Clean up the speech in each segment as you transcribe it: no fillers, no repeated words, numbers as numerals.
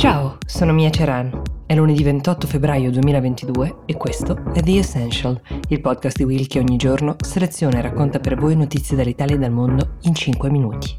Ciao, sono Mia Ceran. È lunedì 28 febbraio 2022 e questo è The Essential, il podcast di Will che ogni giorno seleziona e racconta per voi notizie dall'Italia e dal mondo in 5 minuti.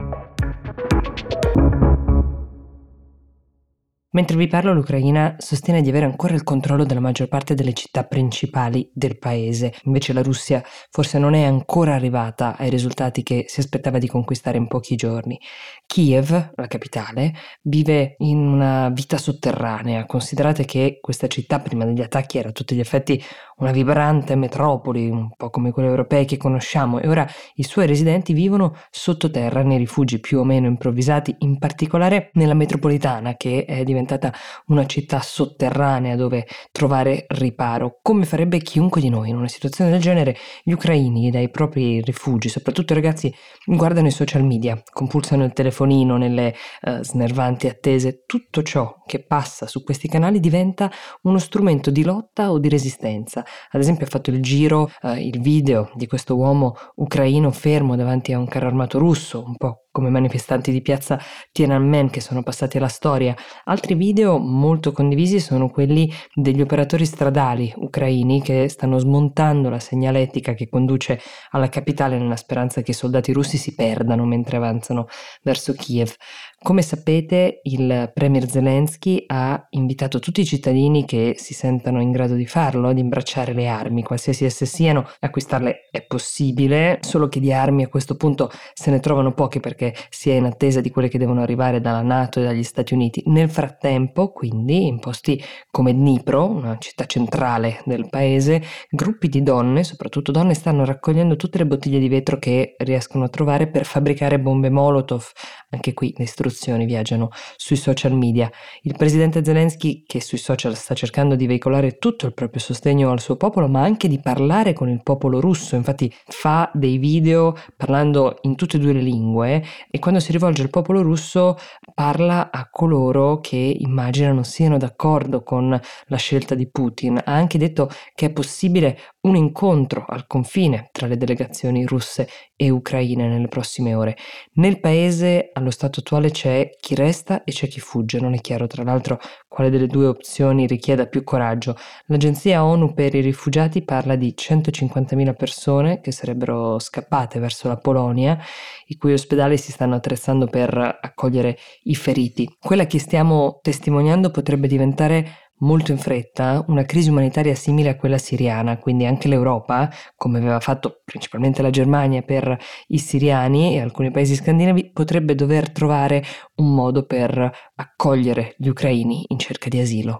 Mentre vi parlo, l'Ucraina sostiene di avere ancora il controllo della maggior parte delle città principali del paese. Invece la Russia forse non è ancora arrivata ai risultati che si aspettava di conquistare in pochi giorni. Kiev, la capitale, vive in una vita sotterranea. Considerate che questa città prima degli attacchi era a tutti gli effetti una vibrante metropoli, un po' come quelle europee che conosciamo, e ora i suoi residenti vivono sottoterra nei rifugi più o meno improvvisati, in particolare nella metropolitana, che è diventata una città sotterranea dove trovare riparo. Come farebbe chiunque di noi in una situazione del genere, gli ucraini dai propri rifugi, soprattutto i ragazzi, guardano i social media, compulsano il telefonino nelle snervanti attese. Tutto ciò che passa su questi canali diventa uno strumento di lotta o di resistenza. Ad esempio ha fatto il giro il video di questo uomo ucraino fermo davanti a un carro armato russo, un po' come manifestanti di piazza Tiananmen che sono passati alla storia. Altri video molto condivisi sono quelli degli operatori stradali ucraini che stanno smontando la segnaletica che conduce alla capitale nella speranza che i soldati russi si perdano mentre avanzano verso Kiev. Come sapete, il premier Zelensky ha invitato tutti i cittadini che si sentano in grado di farlo ad imbracciare le armi, qualsiasi esse siano. Acquistarle è possibile, solo che di armi a questo punto se ne trovano poche perché si è in attesa di quelle che devono arrivare dalla NATO e dagli Stati Uniti. Nel frattempo, quindi, in posti come Dnipro, una città centrale del paese, gruppi di donne, soprattutto donne, stanno raccogliendo tutte le bottiglie di vetro che riescono a trovare per fabbricare bombe Molotov. Anche qui le istruzioni viaggiano sui social media. Il presidente Zelensky, che sui social sta cercando di veicolare tutto il proprio sostegno al suo popolo, ma anche di parlare con il popolo russo, infatti fa dei video parlando in tutte e due le lingue e quando si rivolge al popolo russo parla a coloro che immaginano siano d'accordo con la scelta di Putin. Ha anche detto che è possibile un incontro al confine tra le delegazioni russe e ucraine nelle prossime ore. Nel paese allo stato attuale c'è chi resta e c'è chi fugge. Non è chiaro tra l'altro quale delle due opzioni richieda più coraggio. L'agenzia ONU per i rifugiati parla di 150.000 persone che sarebbero scappate verso la Polonia, i cui ospedali si stanno attrezzando per accogliere i feriti. Quella che stiamo testimoniando potrebbe diventare molto in fretta una crisi umanitaria simile a quella siriana, quindi anche l'Europa, come aveva fatto principalmente la Germania per i siriani e alcuni paesi scandinavi, potrebbe dover trovare un modo per accogliere gli ucraini in cerca di asilo.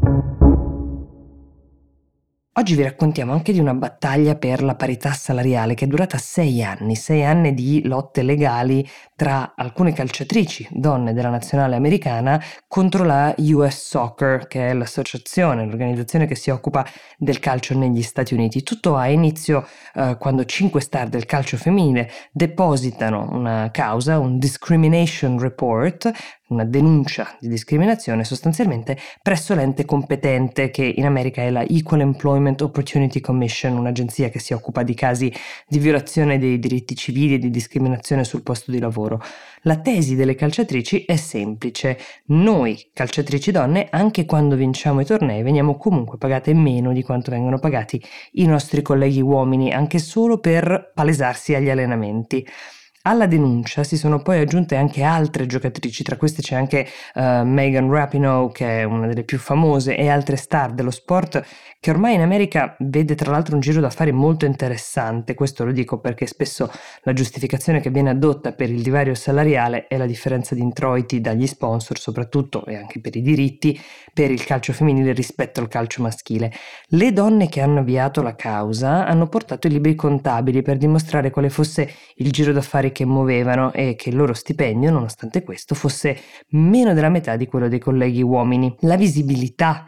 Oggi vi raccontiamo anche di una battaglia per la parità salariale che è durata 6 anni di lotte legali tra alcune calciatrici, donne della nazionale americana, contro la US Soccer, che è l'associazione, l'organizzazione che si occupa del calcio negli Stati Uniti. Tutto ha inizio quando 5 star del calcio femminile depositano una causa, un discrimination report, una denuncia di discriminazione sostanzialmente presso l'ente competente che in America è la Equal Employment Opportunity Commission, un'agenzia che si occupa di casi di violazione dei diritti civili e di discriminazione sul posto di lavoro. La tesi delle calciatrici è semplice: noi calciatrici donne, anche quando vinciamo i tornei, veniamo comunque pagate meno di quanto vengono pagati i nostri colleghi uomini, anche solo per palesarsi agli allenamenti. Alla denuncia si sono poi aggiunte anche altre giocatrici, tra queste c'è anche Megan Rapinoe, che è una delle più famose, e altre star dello sport, che ormai in America vede tra l'altro un giro d'affari molto interessante. Questo lo dico perché spesso la giustificazione che viene adotta per il divario salariale è la differenza di introiti dagli sponsor, soprattutto, e anche per i diritti, per il calcio femminile rispetto al calcio maschile. Le donne che hanno avviato la causa hanno portato i libri contabili per dimostrare quale fosse il giro d'affari che muovevano e che il loro stipendio, nonostante questo, fosse meno della metà di quello dei colleghi uomini. La visibilità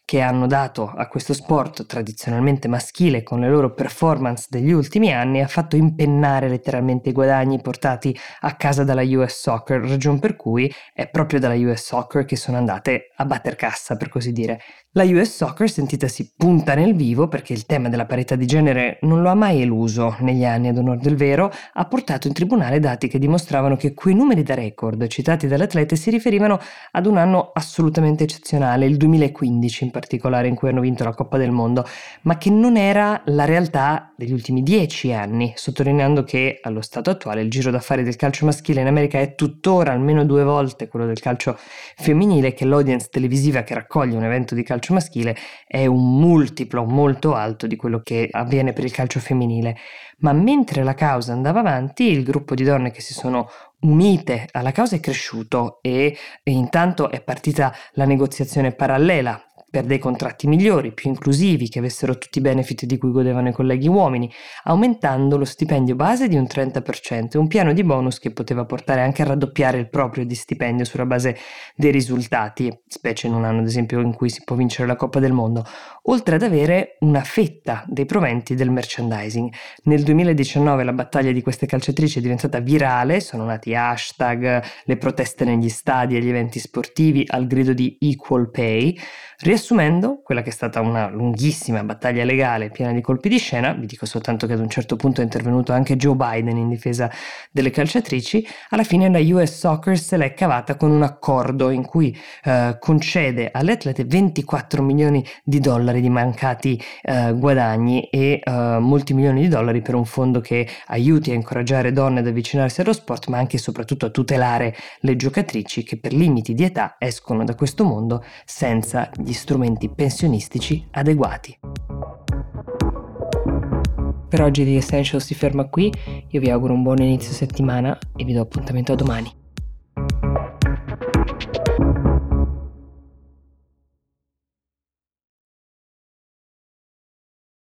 che hanno dato a questo sport tradizionalmente maschile con le loro performance degli ultimi anni ha fatto impennare letteralmente i guadagni portati a casa dalla US Soccer, ragion per cui è proprio dalla US Soccer che sono andate a batter cassa, per così dire. La US Soccer, sentitasi punta nel vivo, perché il tema della parità di genere non lo ha mai eluso negli anni ad onor del vero, ha portato in tribunale dati che dimostravano che quei numeri da record citati dalle atlete si riferivano ad un anno assolutamente eccezionale, il 2015 in particolare, in cui hanno vinto la Coppa del Mondo, ma che non era la realtà degli ultimi 10 anni, sottolineando che allo stato attuale il giro d'affari del calcio maschile in America è tuttora almeno 2 volte quello del calcio femminile, che l'audience televisiva che raccoglie un evento di calcio maschile è un multiplo molto alto di quello che avviene per il calcio femminile. Ma mentre la causa andava avanti, il gruppo di donne che si sono unite alla causa è cresciuto e intanto è partita la negoziazione parallela per dei contratti migliori, più inclusivi, che avessero tutti i benefit di cui godevano i colleghi uomini, aumentando lo stipendio base di un 30% e un piano di bonus che poteva portare anche a raddoppiare il proprio di stipendio sulla base dei risultati, specie in un anno ad esempio in cui si può vincere la Coppa del Mondo, oltre ad avere una fetta dei proventi del merchandising. Nel 2019 la battaglia di queste calciatrici è diventata virale, sono nati hashtag, le proteste negli stadi e gli eventi sportivi al grido di Equal Pay. Riassumendo, quella che è stata una lunghissima battaglia legale piena di colpi di scena, vi dico soltanto che ad un certo punto è intervenuto anche Joe Biden in difesa delle calciatrici, alla fine la US Soccer se l'è cavata con un accordo in cui concede alle atlete 24 milioni di dollari di mancati guadagni e molti milioni di dollari per un fondo che aiuti a incoraggiare donne ad avvicinarsi allo sport, ma anche e soprattutto a tutelare le giocatrici che per limiti di età escono da questo mondo senza gli strumenti pensionistici adeguati. Per oggi The Essential si ferma qui, io vi auguro un buon inizio settimana e vi do appuntamento a domani.